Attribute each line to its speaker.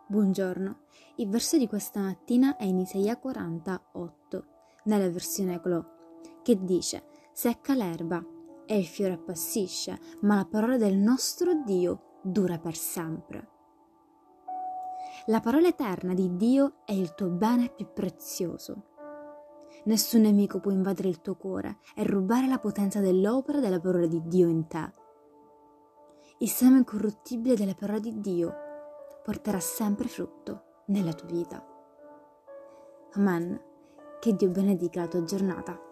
Speaker 1: Buongiorno, il verso di questa mattina è in Isaia 48, nella versione Glo, che dice: secca l'erba e il fiore appassisce, ma la parola del nostro Dio dura per sempre. La parola eterna di Dio è il tuo bene più prezioso. Nessun nemico può invadere il tuo cuore e rubare la potenza dell'opera della parola di Dio in te. Il seme incorruttibile della parola di Dio porterà sempre frutto nella tua vita. Amen. Che Dio benedica la tua giornata.